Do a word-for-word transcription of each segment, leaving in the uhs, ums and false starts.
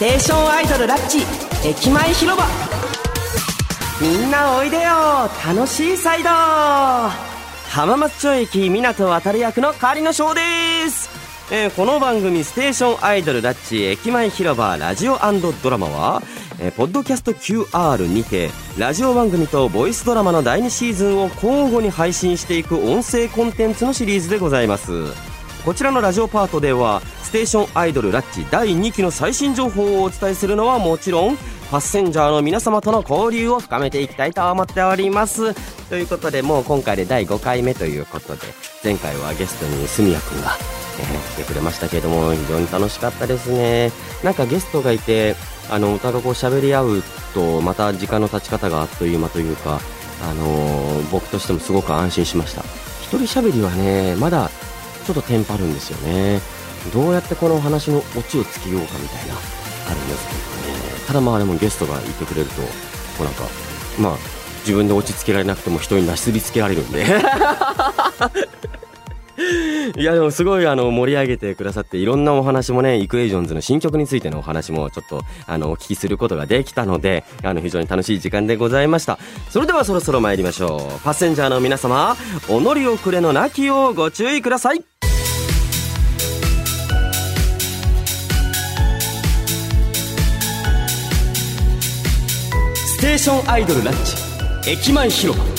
テーションアイドルラッチ駅前広場、みんなおいでよ楽しいサイド。浜松町駅港渡る役の狩野翔です。えー、この番組ステーションアイドルラッチ駅前広場ラジオ&ドラマは、えー、ポッドキャスト キューアール にてラジオ番組とボイスドラマのだいにシーズンを交互に配信していく音声コンテンツのシリーズでございます。こちらのラジオパートではステーションアイドルラッチだいにきの最新情報をお伝えするのはもちろん、パッセンジャーの皆様との交流を深めていきたいと思っております。ということで、もう今回でだいごかいめということで、前回はゲストに住谷くんが、えー、来てくれましたけれども、非常に楽しかったですね。なんかゲストがいて、あのお互いこう喋り合うと、また時間の経ち方があっという間というか、あのー、僕としてもすごく安心しました。一人喋りはね、まだちょっとテンパるんですよね。どうやってこの話のオチをつけようかみたいなあるんですけどね。ただまあでもゲストがいてくれると、こうなんかまあ自分で落ち着けられなくても人になすりつけられるんでいやでもすごいあの盛り上げてくださって、いろんなお話もね、イクエージョンズの新曲についてのお話もちょっとあのお聞きすることができたので、あの非常に楽しい時間でございました。それではそろそろ参りましょう。パッセンジャーの皆様、お乗り遅れのなきをご注意ください。ステーションアイドルラッチ駅前広場。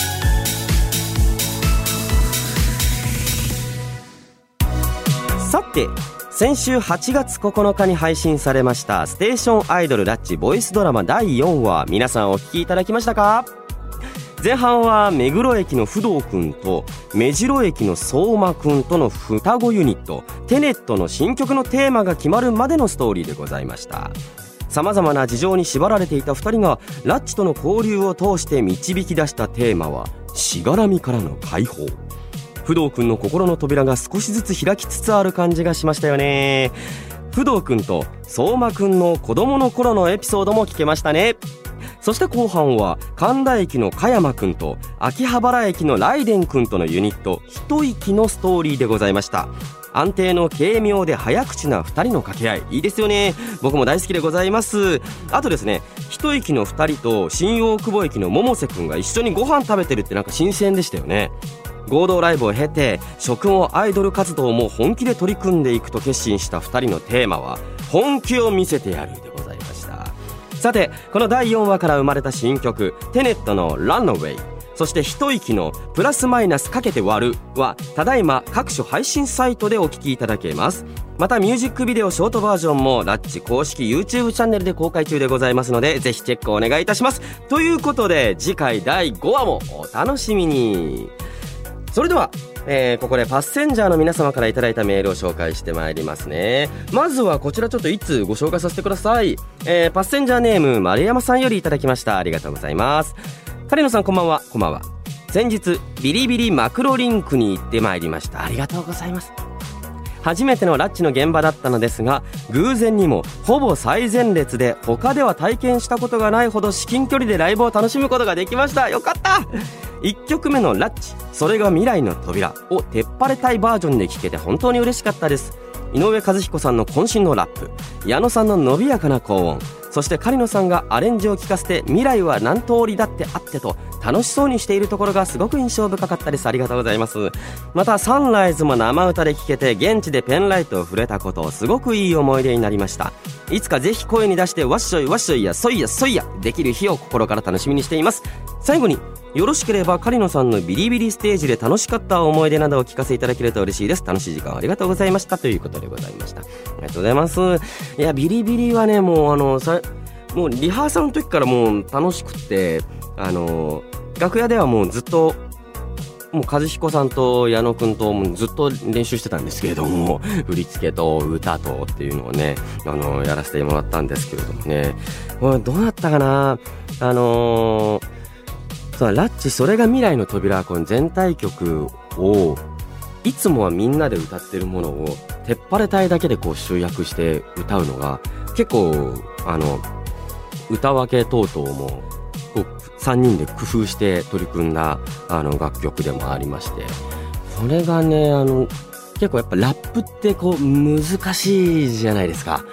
さて、先週はちがつここのかに配信されましたステーションアイドルラッチボイスドラマだいよんわ、皆さんお聞きいただきましたか？前半は目黒駅の不動くんと目白駅の相馬くんとの双子ユニットテネットの新曲のテーマが決まるまでのストーリーでございました。様々な事情に縛られていたふたりがラッチとの交流を通して導き出したテーマはしがらみからの解放。不動くんの心の扉が少しずつ開きつつある感じがしましたよね。不動くんと相馬くんの子供の頃のエピソードも聞けましたね。そして後半は神田駅の加山くんと秋葉原駅のライデンくんとのユニット一息のストーリーでございました。安定の軽妙で早口なふたりの掛け合い、いいですよね。僕も大好きでございます。あとですね、一息のふたりと新大久保駅の百瀬くんが一緒にご飯食べてるってなんか新鮮でしたよね。合同ライブを経て食後アイドル活動も本気で取り組んでいくと決心したふたりのテーマは本気を見せてやるでございました。さて、このだいよんわから生まれた新曲テネットのランナウェイ、そして一息のプラスマイナスかけて割るはただいま各種配信サイトでお聴きいただけます。またミュージックビデオショートバージョンもラッチ公式 YouTube チャンネルで公開中でございますので、ぜひチェックお願いいたします。ということで次回だいごわもお楽しみに。それでは、えー、ここでパッセンジャーの皆様からいただいたメールを紹介してまいりますね。まずはこちらちょっといつご紹介させてください。えー、パッセンジャーネーム丸山さんよりいただきました。ありがとうございます。狩野さんこんばんは。こんばんは。先日ビリビリマクロリンクに行ってまいりました。ありがとうございます。初めてのラッチの現場だったのですが、偶然にもほぼ最前列で他では体験したことがないほど至近距離でライブを楽しむことができました。よかった。いっきょくめのラッチ、それが未来の扉をテッパレたいバージョンで聴けて本当に嬉しかったです。井上和彦さんの渾身のラップ、矢野さんの伸びやかな高音、そして狩野さんがアレンジを聴かせて未来は何通りだってあってと楽しそうにしているところがすごく印象深かったです。ありがとうございます。またサンライズも生歌で聴けて現地でペンライトを触れたことすごくいい思い出になりました。いつかぜひ声に出してわっしょいわっしょいやそいやそいやできる日を心から楽しみにしています。最後によろしければ狩野さんのビリビリステージで楽しかった思い出などを聞かせいただけると嬉しいです。楽しい時間をありがとうございましたということでございました。ありがとうございます。いやビリビリはね、もうあのさもうリハーサルの時からもう楽しくって、あの楽屋ではもうずっともう和彦さんと矢野くんともうずっと練習してたんですけれども、振り付けと歌とっていうのをね、あのやらせてもらったんですけれどもね、どうだったかな。あのーそうラッチそれが未来の扉、この全体曲をいつもはみんなで歌ってるものをテッパレ隊だけでこう集約して歌うのが結構あの歌分け等々もこうさんにんで工夫して取り組んだあの楽曲でもありまして、これがねあの結構やっぱラップってこう難しいじゃないですか。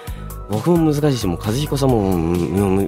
僕も難しいし、もう和彦さんも、うん、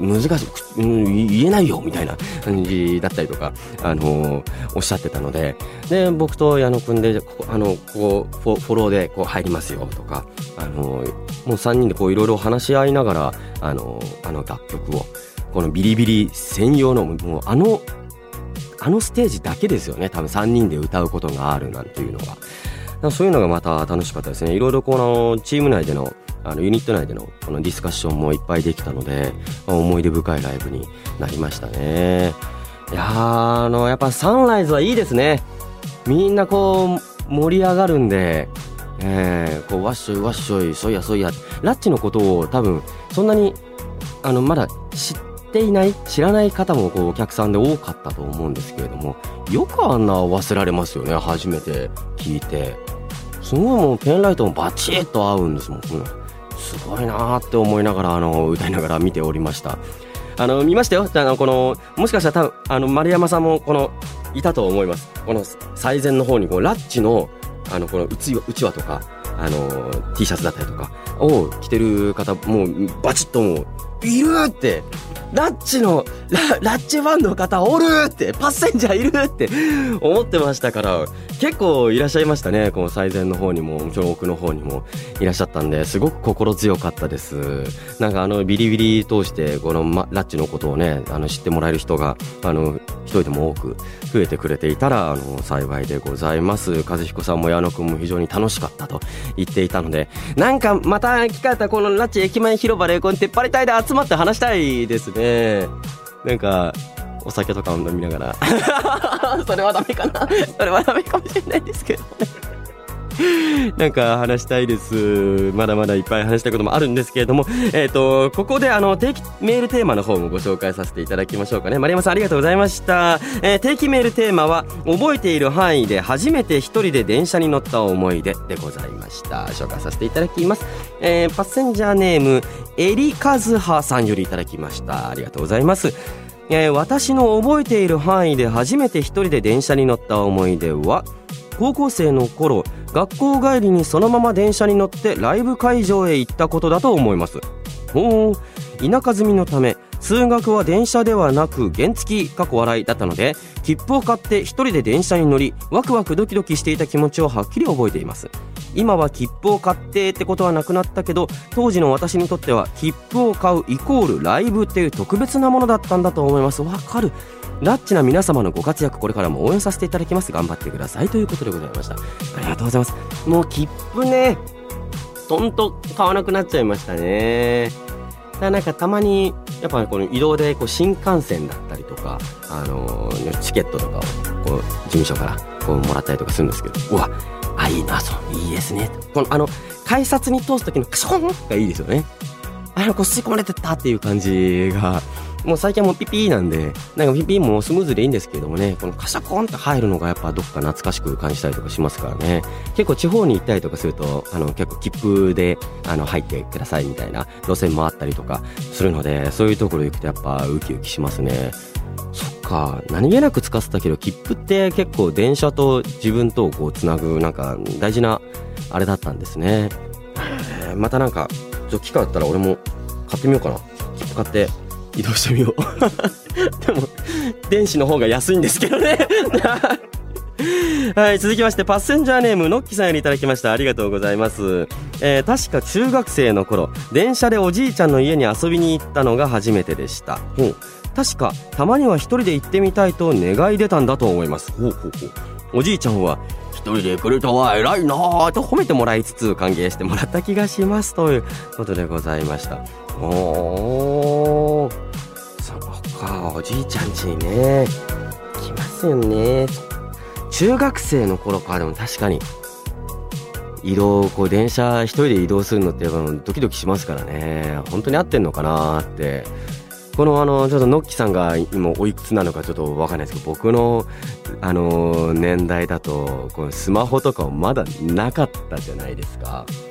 難しい、うん、言えないよみたいな感じだったりとか、あのー、おっしゃってたので、で僕と矢野くんでここ、あのこうフォ、フォローでこう入りますよとか、あのー、もうさんにんでこういろいろ話し合いながら、あのー、あの楽曲をこのビリビリ専用のもうあのあのステージだけですよね、多分さんにんで歌うことがあるなんていうのが、そういうのがまた楽しかったですね。いろいろこのチーム内でのあのユニット内でのこのディスカッションもいっぱいできたので、思い出深いライブになりましたね。いやー、あのやっぱサンライズはいいですね。みんなこう盛り上がるんで、えー、こうわっしょいわっしょいそいやそいや、ラッチのことを多分そんなにあのまだ知っていない知らない方もこうお客さんで多かったと思うんですけれども、よくあんな忘れられますよね。初めて聞いてすごい、もうペンライトもバチッと合うんですもん、うん、すごいなーって思いながらあの歌いながら見ておりました。あの見ましたよ。あのこのもしかしたら多分あの丸山さんもこのいたと思います。この最前の方にこうラッチのあのこのうちうちわとかあの T シャツだったりとかを着てる方、もうバチッともういるって、ラッチの ラ, ラッチファンの方おるって、パッセンジャーいるって思ってましたから、結構いらっしゃいましたね。この最前の方にももちろん奥の方にもいらっしゃったんで、すごく心強かったです。なんかあのビリビリ通してこの、ま、ラッチのことをねあの知ってもらえる人があの一人でも多く増えてくれていたらあの幸いでございます。和彦さんも矢野くんも非常に楽しかったと言っていたので、なんかまた機会あったらこのラッチ駅前広場でこう出っ張り隊で集まって話したいですね。なんかお酒とかを飲みながらそれはダメかなそれはダメかもしれないですけどねなんか話したいです。まだまだいっぱい話したいこともあるんですけれども、えーとここであの定期メールテーマの方もご紹介させていただきましょうかね。丸山さんありがとうございました。えー、定期メールテーマは覚えている範囲で初めて一人で電車に乗った思い出でございました。紹介させていただきます。えー、パッセンジャーネームエリカズハさんよりいただきました。ありがとうございます。えー、私の覚えている範囲で初めて一人で電車に乗った思い出は、高校生の頃学校帰りにそのまま電車に乗ってライブ会場へ行ったことだと思います。ほう、田舎住みのため通学は電車ではなく原付き過去笑いだったので、切符を買って一人で電車に乗りワクワクドキドキしていた気持ちをはっきり覚えています。今は切符を買ってってことはなくなったけど、当時の私にとっては切符を買うイコールライブっていう特別なものだったんだと思います。わかる。ラッチな皆様のご活躍これからも応援させていただきます。頑張ってくださいということでございました。ありがとうございます。もう切符ねとんと買わなくなっちゃいましたね。だからなんかたまにやっぱこの移動でこう新幹線だったりとか、あのー、チケットとかをこう事務所からこうもらったりとかするんですけど、うわあいいな、そういいですね。このあの改札に通す時のクションがいいですよね。あのこう吸い込まれてったっていう感じが、もう最近はもうピピーなんで、なんかピピーもスムーズでいいんですけどもね、このカシャコンって入るのがやっぱどっか懐かしく感じたりとかしますからね。結構地方に行ったりとかすると、あの結構切符であの入ってくださいみたいな路線もあったりとかするので、そういうところ行くとやっぱウキウキしますね。そっか、何気なく使ってたけど、切符って結構電車と自分とをこうつなぐなんか大事なあれだったんですね。えー、またなんかちょっと機会あったら俺も買ってみようかな。切符買って移動してみようでも電子の方が安いんですけどねはい、続きましてパッセンジャーネームノッキさんよりいただきました。ありがとうございます。えー、確か中学生の頃電車でおじいちゃんの家に遊びに行ったのが初めてでした。ほう、確かたまには一人で行ってみたいと願い出たんだと思います。ほうほうほう。おじいちゃんは一人で来るとは偉いなぁと褒めてもらいつつ歓迎してもらった気がしますということでございました。おー、そうか、おじいちゃん家にね来ますよね。中学生の頃か。でも確かに移動こう電車一人で移動するのってやっぱドキドキしますからね。本当に合ってんのかなって。このあのちょっとノッキさんが今おいくつなのかちょっと分かんないですけど、僕のあの年代だとこのスマホとかもまだなかったじゃないですか。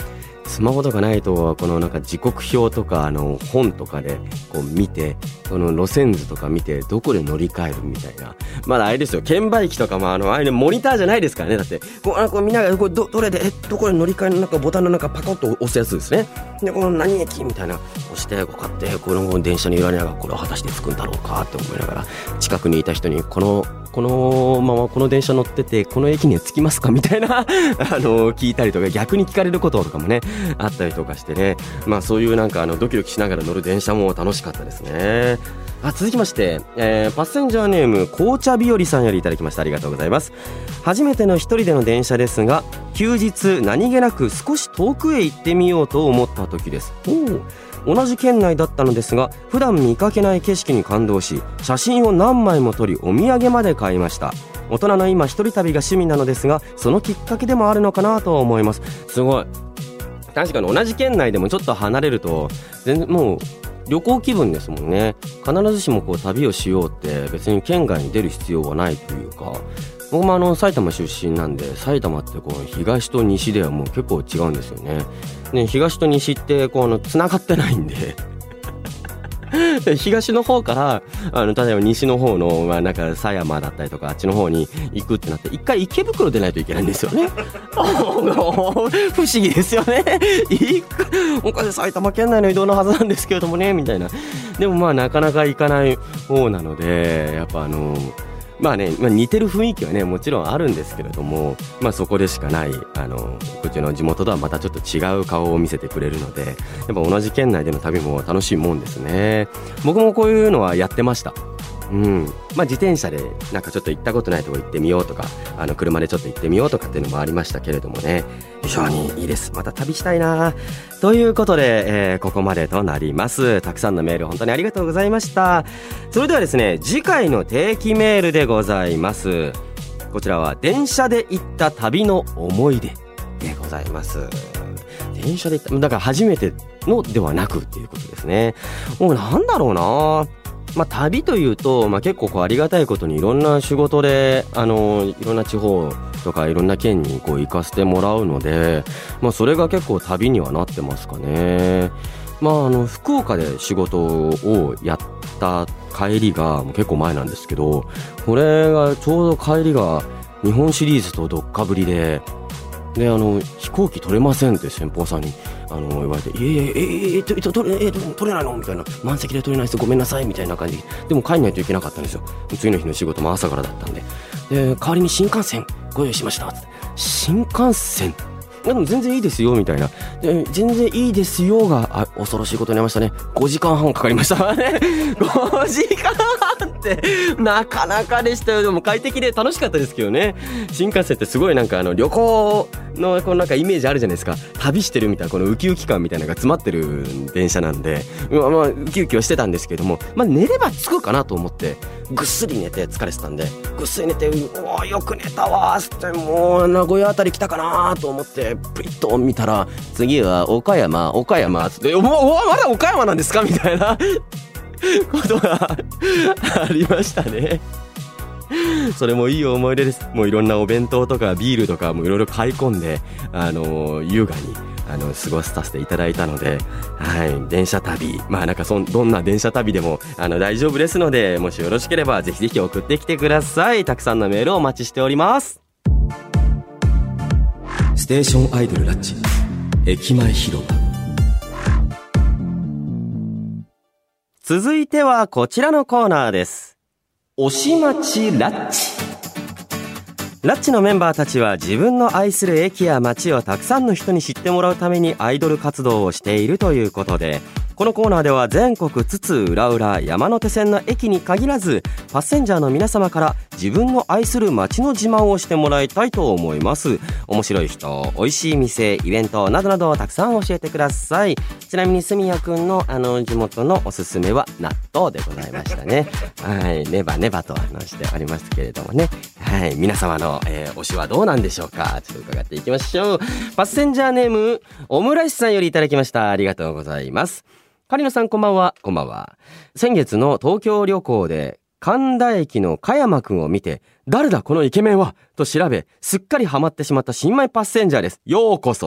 スマホとかないとこのなんか時刻表とかあの本とかでこう見て、その路線図とか見てどこで乗り換えるみたいな。まだあれですよ、券売機とかもあのあれモニターじゃないですからね。だってこうあこう見ながらこう ど, どれでえどこで乗り換えのなんかボタンの中パコッと押すやつですね。でこの何駅みたいな押してこう買ってこの電車に揺られながらこれを果たして着くんだろうかって思いながら、近くにいた人にこのこのままこの電車乗っててこの駅には着きますかみたいなあの聞いたりとか、逆に聞かれることとかもねあったりとかしてね、まあそういうなんかあのドキドキしながら乗る電車も楽しかったですね。あ続きまして、えー、パッセンジャーネーム紅茶日和さんよりいただきました。ありがとうございます。初めての一人での電車ですが、休日何気なく少し遠くへ行ってみようと思った時です。お同じ県内だったのですが、普段見かけない景色に感動し、写真を何枚も撮りお土産まで買いました。大人の今一人旅が趣味なのですが、そのきっかけでもあるのかなと思います。すごい、確かに同じ県内でもちょっと離れると全然もう旅行気分ですもんね。必ずしもこう旅をしようって別に県外に出る必要はないというか、僕もあの埼玉出身なんで、埼玉ってこう東と西ではもう結構違うんですよね。ね、東と西ってこうあの繋がってないんで東の方からあの例えば西の方の、まあ、なんか狭山だったりとかあっちの方に行くってなって、一回池袋出ないといけないんですよね不思議ですよねおかしい、埼玉県内の移動のはずなんですけれどもねみたいな。でもまあなかなか行かない方なので、やっぱあのまあね、まあ、似てる雰囲気はねもちろんあるんですけれども、まあそこでしかないあのこっちの地元とはまたちょっと違う顔を見せてくれるので、やっぱ同じ県内での旅も楽しいもんですね。僕もこういうのはやってました。うん、まあ自転車でなんかちょっと行ったことないとこ行ってみようとか、あの車でちょっと行ってみようとかっていうのもありましたけれどもね、非常にいいです。また旅したいなということで、えー、ここまでとなります。たくさんのメール本当にありがとうございました。それではですね、次回の定期メールでございます。こちらは電車で行った旅の思い出でございます。電車で行っただから初めてのではなくっていうことですね。もうなんだろうな、まあ、旅というと、まあ、結構こうありがたいことにいろんな仕事であのいろんな地方とかいろんな県にこう行かせてもらうので、まあ、それが結構旅にはなってますかね。まあ、あの福岡で仕事をやった帰りがもう結構前なんですけど、これがちょうど帰りが日本シリーズとどっかぶりで、であの飛行機取れませんって先方さんにあの言われて、いえいえええ取れえ取れないのみたいな、満席で取れないですごめんなさいみたいな感じで、も帰んないといけなかったんですよ。次の日の仕事も朝からだったんで、で代わりに新幹線ご用意しましたって。新幹線でも全然いいですよみたいな、で全然いいですよがあ恐ろしいことになりましたね。ごじかんはんかかりましたねごじかんはんってなかなかでしたよ。でも快適で楽しかったですけどね。新幹線ってすごいなんかあの旅行のこのなんかイメージあるじゃないですか。旅してるみたいなこのウキウキ感みたいなのが詰まってる電車なんで、まあ、まあウキウキはしてたんですけども、まあ寝れば着くかなと思ってぐっすり寝て疲れてたんで、ぐっすり寝ておーよく寝たわーってもう名古屋あたり来たかなと思ってプリッと見たら、次は岡山岡山つって、おおまだ岡山なんですかみたいなことがありましたね。それもいい思い出です。もういろんなお弁当とかビールとかもいろいろ買い込んで、あのー、優雅にあの過ごさせていただいたので、はい、電車旅、まあなんかそんどんな電車旅でもあの大丈夫ですので、もしよろしければぜひぜひ送ってきてください。たくさんのメールをお待ちしております。ステーションアイドルラッチ駅前広場。続いてはこちらのコーナーです。推し町ラッチ。ラッチのメンバーたちは自分の愛する駅や街をたくさんの人に知ってもらうためにアイドル活動をしているということで、このコーナーでは全国津々浦々山手線の駅に限らずパッセンジャーの皆様から自分の愛する街の自慢をしてもらいたいと思います。面白い人、美味しい店、イベントなどなどたくさん教えてください。ちなみにすみやくんのあの地元のおすすめは納豆でございましたね。はい、ネバネバと話しておりますけれどもね。はい、皆様の、えー、推しはどうなんでしょうか。ちょっと伺っていきましょう。パッセンジャーネームオムライスさんよりいただきました。ありがとうございます。狩野さんこんばんは。こんばんは。先月の東京旅行で神田駅の加山くんを見て、誰だこのイケメンはと調べ、すっかりハマってしまった新米パッセンジャーです。ようこそ。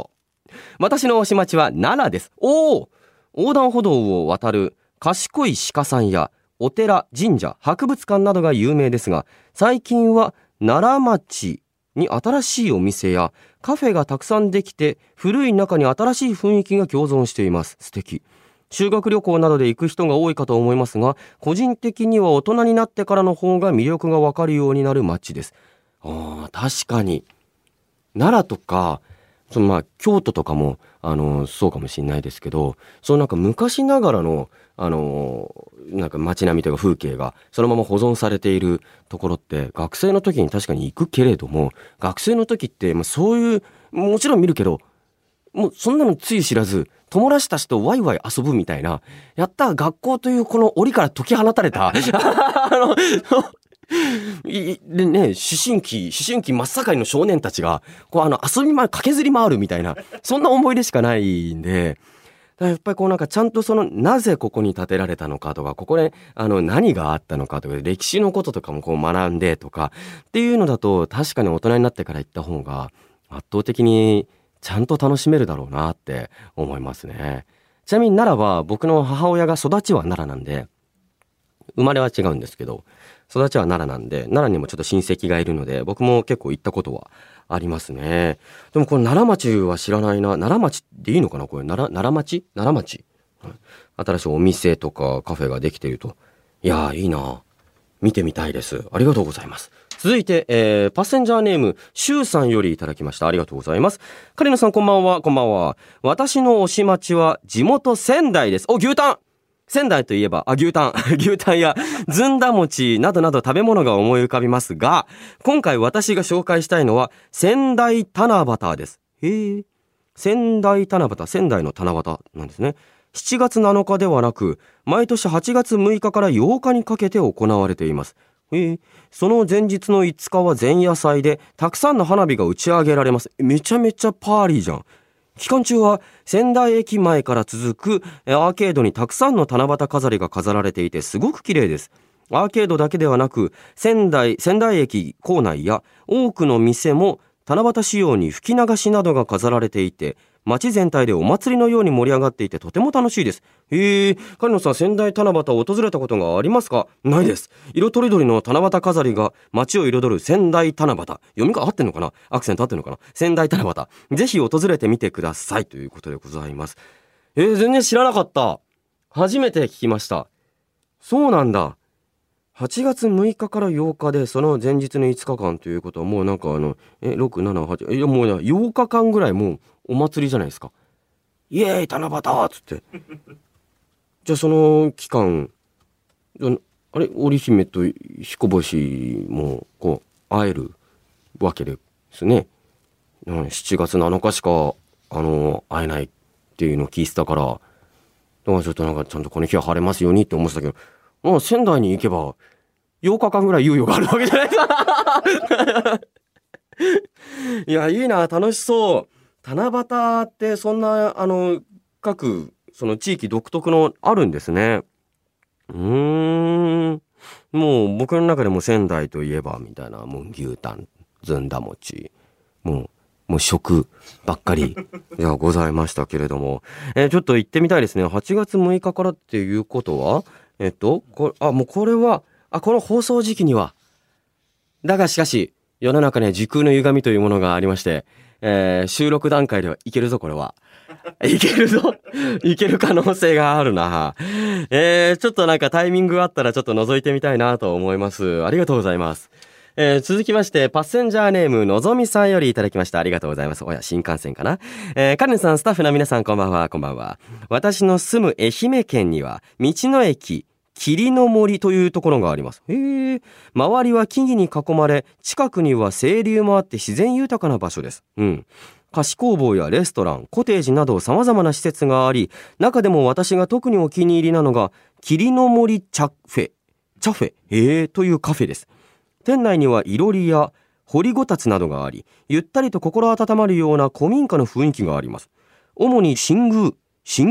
私の推し町は奈良です。おお、横断歩道を渡る賢い鹿さんやお寺、神社、博物館などが有名ですが、最近は奈良町に新しいお店やカフェがたくさんできて、古い中に新しい雰囲気が共存しています。素敵。修学旅行などで行く人が多いかと思いますが、個人的には大人になってからの方が魅力がわかるようになる街です。あー、確かに奈良とかそのまあ京都とかもあのそうかもしれないですけど、そのなんか昔ながらのあのなんか街並みというか風景がそのまま保存されているところって学生の時に確かに行くけれども、学生の時ってまあそういうもちろん見るけど、もうそんなのつゆ知らず友達たちとワイワイ遊ぶみたいな、やった学校というこの檻から解き放たれたあのいでね、思春期思春期真っ盛りの少年たちがこうあの遊び回る、駆けずり回るみたいな、そんな思い出しかないんで、だからやっぱりこうなんかちゃんとそのなぜここに建てられたのかとか、ここであの何があったのかとか、歴史のこととかもこう学んでとかっていうのだと、確かに大人になってから行った方が圧倒的にちゃんと楽しめるだろうなって思いますね。ちなみに奈良は僕の母親が育ちは奈良なんで、生まれは違うんですけど育ちは奈良なんで、奈良にもちょっと親戚がいるので僕も結構行ったことはありますね。でもこれ奈良町は知らないな。奈良町でいいのかな、これ。奈良、奈良町奈良町、新しいお店とかカフェができていると。いやー、いいな、見てみたいです。ありがとうございます。続いて、えー、パッセンジャーネームシュウさんよりいただきました。ありがとうございます。カリナさん、こんばんは。こんばんは。私の推し町は地元仙台です。お、牛タン。仙台といえば、あ、牛タン牛タンやずんだ餅などなど食べ物が思い浮かびますが、今回私が紹介したいのは仙台七夕です。へえ、仙台七夕、仙台の七夕なんですね。しちがつなのかではなく、毎年はちがつむいかからようかにかけて行われています。えー、その前日のいつかは前夜祭でたくさんの花火が打ち上げられます。めちゃめちゃパーリーじゃん。期間中は仙台駅前から続くアーケードにたくさんの七夕飾りが飾られていて、すごく綺麗です。アーケードだけではなく、仙台、仙台駅構内や多くの店も七夕仕様に吹き流しなどが飾られていて、街全体でお祭りのように盛り上がっていてとても楽しいです。へえ、狩野さん、仙台七夕を訪れたことがありますか？ないです。色とりどりの七夕飾りが街を彩る仙台七夕。読みが合ってんのかな？アクセント合ってんのかな？仙台七夕。ぜひ訪れてみてくださいということでございます。えー、全然知らなかった。初めて聞きました。そうなんだ。はちがつむいかからようかで、その前日のいつかかんということは、もうなんかあのえろく、なな、はち、いやもうようかかんぐらいもうお祭りじゃないですか。イエーイ七夕っつってじゃあその期間、あれ、織姫と彦星もこう会えるわけですね。しちがつなのかしかあの会えないっていうのを聞いてたから、だからちょっとなんかちゃんとこの日は晴れますようにって思ってたけど、もう仙台に行けばようかかんぐらい猶予があるわけじゃないですかいや、いいな、楽しそう。七夕ってそんなあの各その地域独特のあるんですね。うーん、もう僕の中でも仙台といえばみたいな、もう牛タン、ずんだ餅、もうもう食ばっかりではございましたけれども、えー、ちょっと行ってみたいですね。はちがつむいかからっていうことは、えっとこれ、あ、もうこれはあこの放送時期には、だがしかし世の中には時空の歪みというものがありまして、えー、収録段階ではいけるぞ、これはいけるぞいける可能性があるな。えー、ちょっとなんかタイミングがあったらちょっと覗いてみたいなと思います。ありがとうございます。えー、続きましてパッセンジャーネームのぞみさんよりいただきました。ありがとうございます。おや、新幹線かな。えー、カレンさん、スタッフの皆さん、こんばんは。こんばんは。私の住む愛媛県には道の駅霧の森というところがあります。へー、周りは木々に囲まれ、近くには清流もあって自然豊かな場所です。うん。菓子工房やレストラン、コテージなど様々な施設があり、中でも私が特にお気に入りなのが霧の森チャフェチャフェへーというカフェです。店内にはいろりや掘りごたつなどがあり、ゆったりと心温まるような古民家の雰囲気があります。主に新宮新宮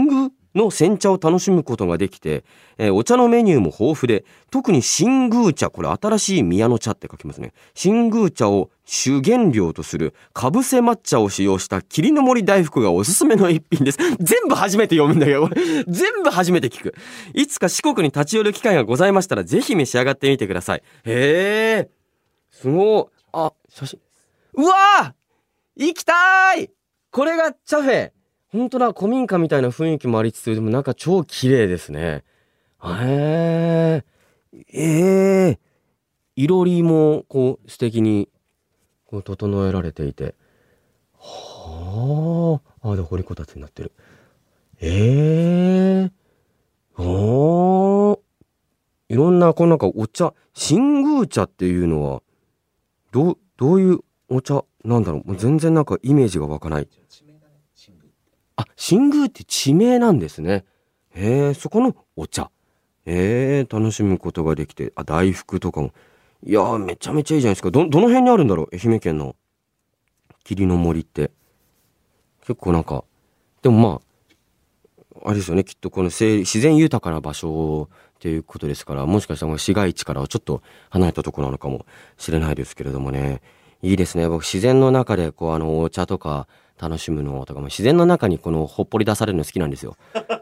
の煎茶を楽しむことができて、えー、お茶のメニューも豊富で、特に新宮茶、これ新しい宮の茶って書きますね。新宮茶を主原料とするかぶせ抹茶を使用した霧の森大福がおすすめの一品です。全部初めて読むんだけど、全部初めて聞く。いつか四国に立ち寄る機会がございましたら、ぜひ召し上がってみてください。へー、すごい。あ、写真。うわー、行きたーい。これが茶フェ。本当だ、古民家みたいな雰囲気もありつつ、でもなんか超綺麗ですね。へー、えー、いろりもこう素敵にこう整えられていて、はあ、あ、で掘りこたつになってる。えー、おー、いろんなこのなんかお茶、新宮茶っていうのはどうどういうお茶なんだろう。もう全然なんかイメージが湧かない。あ、新宮って地名なんですね。へえ、そこのお茶。へえ、楽しむことができて、あ、大福とかも。いやー、めちゃめちゃいいじゃないですか。ど、どの辺にあるんだろう、愛媛県の霧の森って。結構なんか、でもまあ、あれですよね、きっとこの自然豊かな場所っていうことですから、もしかしたら市街地からはちょっと離れたところなのかもしれないですけれどもね。いいですね。僕、自然の中で、こう、あの、お茶とか楽しむのとかも、自然の中にこの、ほっぽり出されるの好きなんですよ。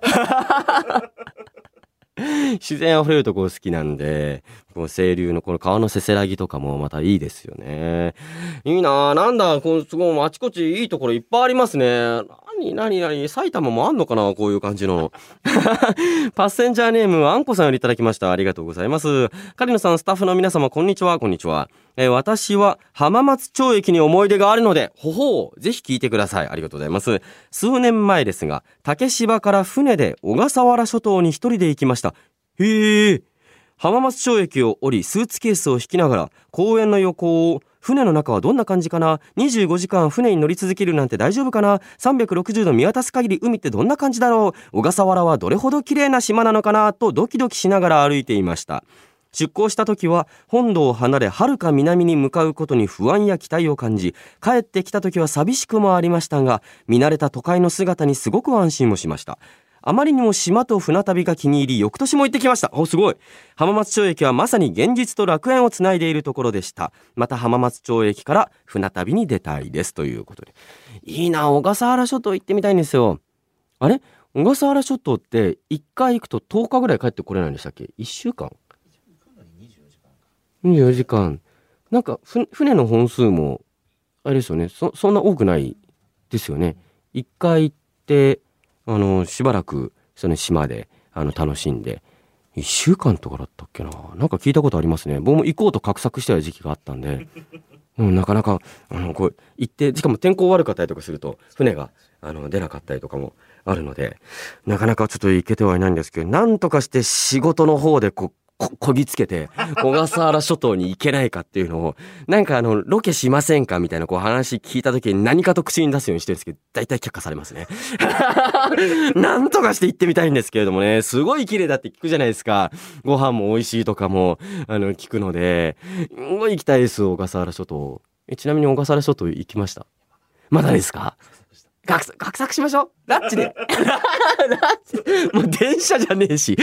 自然あふれるとこ好きなんで、この清流のこの川のせせらぎとかもまたいいですよね。いいなぁ。なんだ、このすごいあちこちいいところいっぱいありますね。何何何埼玉もあんのかな、こういう感じの。パッセンジャーネームあんこさんよりいただきました。ありがとうございます。狩野さん、スタッフの皆様、こんにちは。こんにちは。えー、私は浜松町駅に思い出があるので、ほほう、ぜひ聞いてください。ありがとうございます。数年前ですが、竹芝から船で小笠原諸島に一人で行きました。へえ。浜松町駅を降り、スーツケースを引きながら公園の横を、船の中はどんな感じかな、にじゅうごじかん船に乗り続けるなんて大丈夫かな、さんびゃくろくじゅうど見渡す限り海ってどんな感じだろう、小笠原はどれほど綺麗な島なのかなとドキドキしながら歩いていました。出港した時は本土を離れはるか南に向かうことに不安や期待を感じ、帰ってきた時は寂しくもありましたが、見慣れた都会の姿にすごく安心もしました。あまりにも島と船旅が気に入り、翌年も行ってきました。お、すごい。浜松町駅はまさに現実と楽園をつないでいるところでした。また浜松町駅から船旅に出たいです、ということで。いいな、小笠原諸島行ってみたいんですよ。あれ、小笠原諸島っていっかい行くととおかぐらい帰ってこれないんでしたっけ？いっしゅうかん？にじゅうよじかん。なんかふ船の本数もあれですよね、そそんな多くないですよね。いっかい行ってあのしばらくその島であの楽しんでいっしゅうかんとかだったっけな、なんか聞いたことありますね。僕も行こうと画策してた時期があったんで、うん、なかなかあのこう行って、しかも天候悪かったりとかすると船があの出なかったりとかもあるので、なかなかちょっと行けてはいないんですけど、なんとかして仕事の方でこうこ、こぎつけて、小笠原諸島に行けないかっていうのを、なんかあの、ロケしませんかみたいなこう話聞いた時に何かと口に出すようにしてるんですけど、大体却下されますね。なんとかして行ってみたいんですけれどもね、すごい綺麗だって聞くじゃないですか。ご飯も美味しいとかも、あの、聞くので、行きたいです、小笠原諸島。え、ちなみに小笠原諸島行きました？まだですか？画策、画策しましょう。ラッチで。ラッチ。もう電車じゃねえし。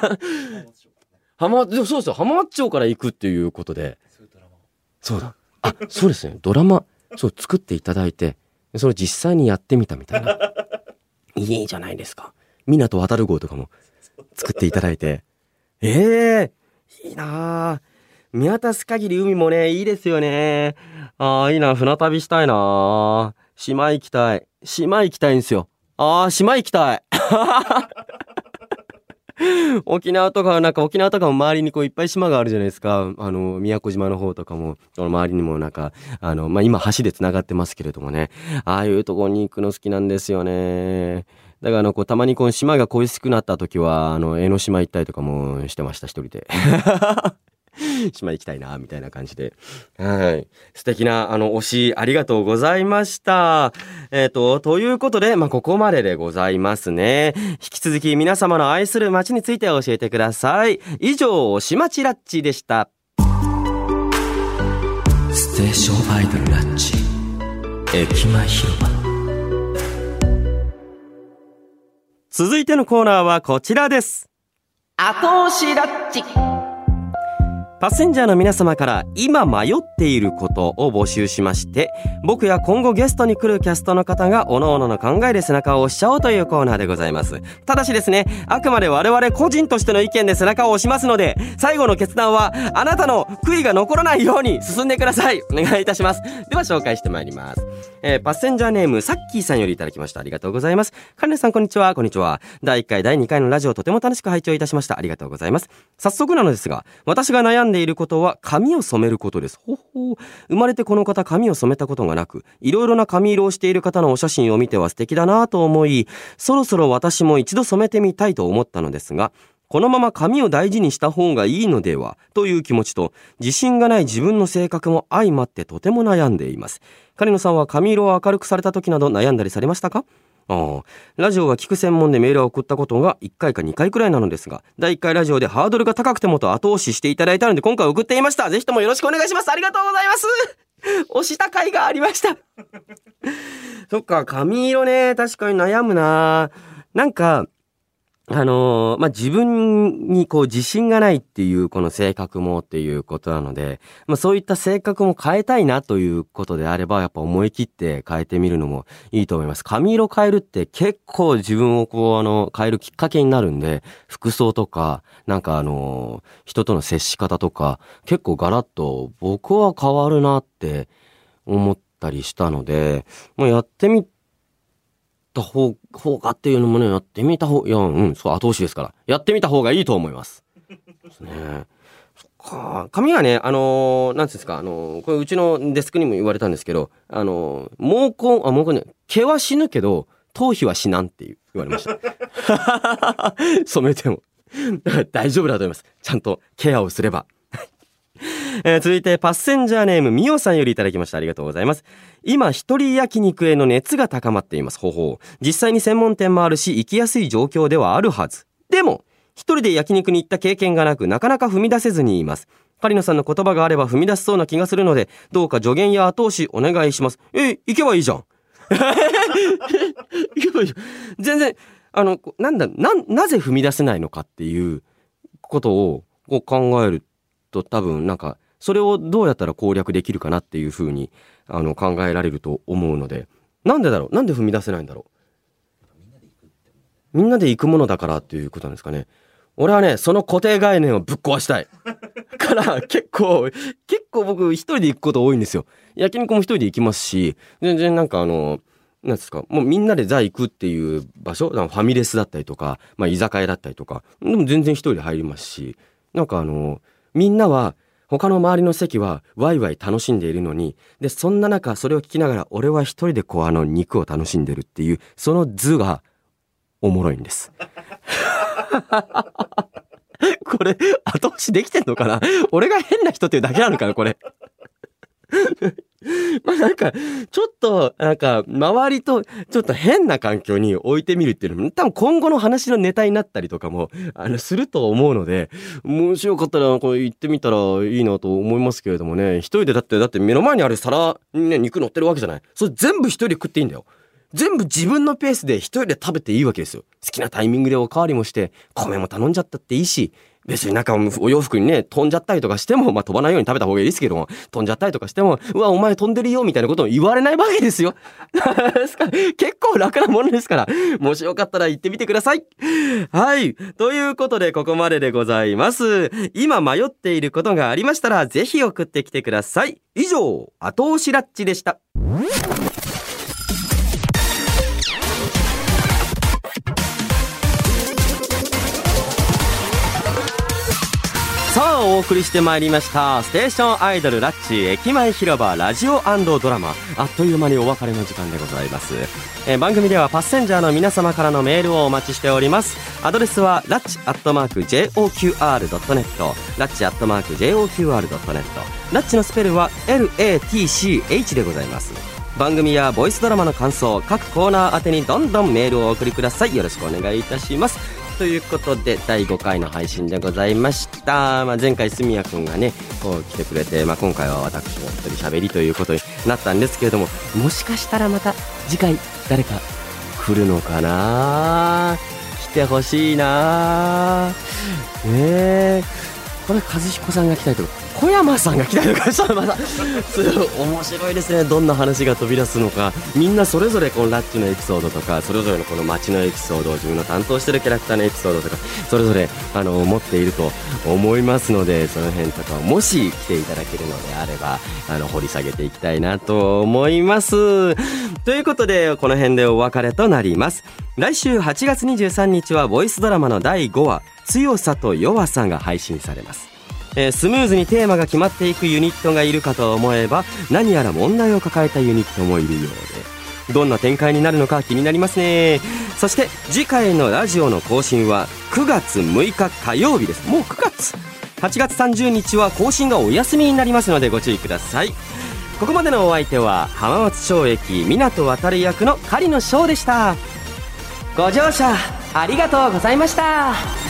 浜、そうですよ。浜松町から行くっていうことで。そうだ。あ、そうですね。ドラマ、そう、作っていただいて、それを実際にやってみたみたいな。いいじゃないですか。港渡る号とかも作っていただいて。ええー、いいなぁ。見渡す限り海もね、いいですよね。ああ、いいな。船旅したいな。島行きたい。島行きたいんですよ。ああ、島行きたい。沖縄とか、なんか沖縄とかも周りにこういっぱい島があるじゃないですか。あの、宮古島の方とかも、周りにもなんか、あの、まあ、今橋で繋がってますけれどもね。ああいうところに行くの好きなんですよね。だからあの、こう、たまにこう、島が恋しくなった時は、あの、江ノ島行ったりとかもしてました、一人で。島行きたいな、みたいな感じで。はい。素敵な、あの、推し、ありがとうございました。えっと、ということで、まあ、ここまででございますね。引き続き皆様の愛する街について教えてください。以上、しまちラッチでした。ステーションアイドルラッチ、駅前広場。 続いてのコーナーはこちらです。後押しラッチ。パッセンジャーの皆様から今迷っていることを募集しまして、僕や今後ゲストに来るキャストの方が各々の考えで背中を押しちゃおうというコーナーでございます。ただしですね、あくまで我々個人としての意見で背中を押しますので、最後の決断はあなたの悔いが残らないように進んでください。お願いいたします。では紹介してまいります。えー、パッセンジャーネームサッキーさんよりいただきました。ありがとうございます。カネさんこんにちは。こんにちは。だいいっかいだいにかいのラジオとても楽しく拝聴いたしました。ありがとうございます。早速なのですが、私が悩んでいることは髪を染めることです。ほほう。生まれてこの方髪を染めたことがなく、いろいろな髪色をしている方のお写真を見ては素敵だなと思い、そろそろ私も一度染めてみたいと思ったのですが、このまま髪を大事にした方がいいのではという気持ちと、自信がない自分の性格も相まってとても悩んでいます。カリノさんは髪色を明るくされた時など悩んだりされましたか？ああ、ラジオが聞く専門でメールを送ったことがいっかいかにかいくらいなのですが、だいいっかいラジオでハードルが高くてもと後押ししていただいたので今回送っていました。ぜひともよろしくお願いします。ありがとうございます。押した甲斐がありましたそっか、髪色ね、確かに悩むな。なんかあのー、まあ、自分にこう自信がないっていうこの性格もっていうことなので、まあ、そういった性格も変えたいなということであれば、やっぱ思い切って変えてみるのもいいと思います。髪色変えるって結構自分をこうあの変えるきっかけになるんで、服装とかなんかあのー、人との接し方とか結構ガラッと僕は変わるなって思ったりしたので、もうやってみた方がっていうのもね、やってみた方、いや、うん、そう、後押しですから。やってみた方がいいと思います。ですね。そっか。髪はね、あのー、なんていうんですか、あのー、これうちのデスクにも言われたんですけど、あのー、毛根、あ、毛根ね、毛は死ぬけど、頭皮は死なんって言われました。染めても。大丈夫だと思います。ちゃんとケアをすれば。えー、続いてパッセンジャーネームみおさんよりいただきました。ありがとうございます。今一人焼肉への熱が高まっています。ほほう。実際に専門店もあるし行きやすい状況ではあるはず。でも一人で焼肉に行った経験がなく、なかなか踏み出せずにいます。カリノさんの言葉があれば踏み出せそうな気がするので、どうか助言や後押しお願いします。え、行けばいいじゃん。行けばいいじゃん。全然あのなんだ な, なぜ踏み出せないのかっていうことをこう考えると、多分なんかそれをどうやったら攻略できるかなっていう風にあの考えられると思うので、なんでだろう、なんで踏み出せないんだろう。みんなで行くものだからっていうことなんですかね。俺はね、その固定概念をぶっ壊したいから結構結構僕一人で行くこと多いんですよ。焼肉も一人で行きますし、全然なんかあのなんですか、もうみんなでじゃあ行くっていう場所、ファミレスだったりとか、まあ、居酒屋だったりとかでも全然一人で入りますし、なんかあのみんなは他の周りの席はワイワイ楽しんでいるのに、でそんな中それを聞きながら俺は一人でこうあの肉を楽しんでるっていうその図がおもろいんですこれ後押しできてんのかな。俺が変な人っていうだけなのかなこれまあなんかちょっとなんか周りとちょっと変な環境に置いてみるっていうのも多分今後の話のネタになったりとかもあのすると思うので、もしよかったらこれ行ってみたらいいなと思いますけれどもね。一人でだってだって目の前にある皿にね肉乗ってるわけじゃない。それ全部一人で食っていいんだよ。全部自分のペースで一人で食べていいわけですよ。好きなタイミングでおかわりもして米も頼んじゃったっていいし、別になんかお洋服にね飛んじゃったりとかしても、まあ飛ばないように食べた方がいいですけども、飛んじゃったりとかしてもうわお前飛んでるよみたいなことを言われないわけですよですから結構楽なものですから、もしよかったら行ってみてください。はい、ということでここまででございます。今迷っていることがありましたらぜひ送ってきてください。以上、後押しラッチでした。さあお送りしてまいりましたステーションアイドルラッチ駅前広場ラジオ&ドラマ、あっという間にお別れの時間でございます。えー、番組ではパッセンジャーの皆様からのメールをお待ちしております。アドレスはラッチアットマーク ジェイオーキューアールドットネット、ラッチアットマーク ジェイオーキューアールドットネット、ラッチのスペルは エルエーティーシーエイチ でございます。番組やボイスドラマの感想、各コーナー宛てにどんどんメールをお送りください。よろしくお願いいたします。ということでだいごかいの配信でございました。まあ、前回すみやくんがねこう来てくれて、まあ、今回は私の一人喋りということになったんですけれども、もしかしたらまた次回誰か来るのかな。 てほしいな。ねえ、これ和彦さんが来たりとか小山さんが来たりとかしたらまた面白いですね。どんな話が飛び出すのか、みんなそれぞれこのラッチのエピソードとか、それぞれのこの街のエピソード、自分の担当してるキャラクターのエピソードとか、それぞれあの持っていると思いますので、その辺とかもし来ていただけるのであればあの掘り下げていきたいなと思います。ということでこの辺でお別れとなります。来週はちがつにじゅうさんにちはボイスドラマのだいごわ強さと弱さが配信されます。えー、スムーズにテーマが決まっていくユニットがいるかと思えば、何やら問題を抱えたユニットもいるようで、どんな展開になるのか気になりますね。そして次回のラジオの更新はくがつむいか火曜日です。もうくがつ。はちがつさんじゅうにちは更新がお休みになりますのでご注意ください。ここまでのお相手は浜松町駅湊渡役の狩野翔でした。ご乗車ありがとうございました。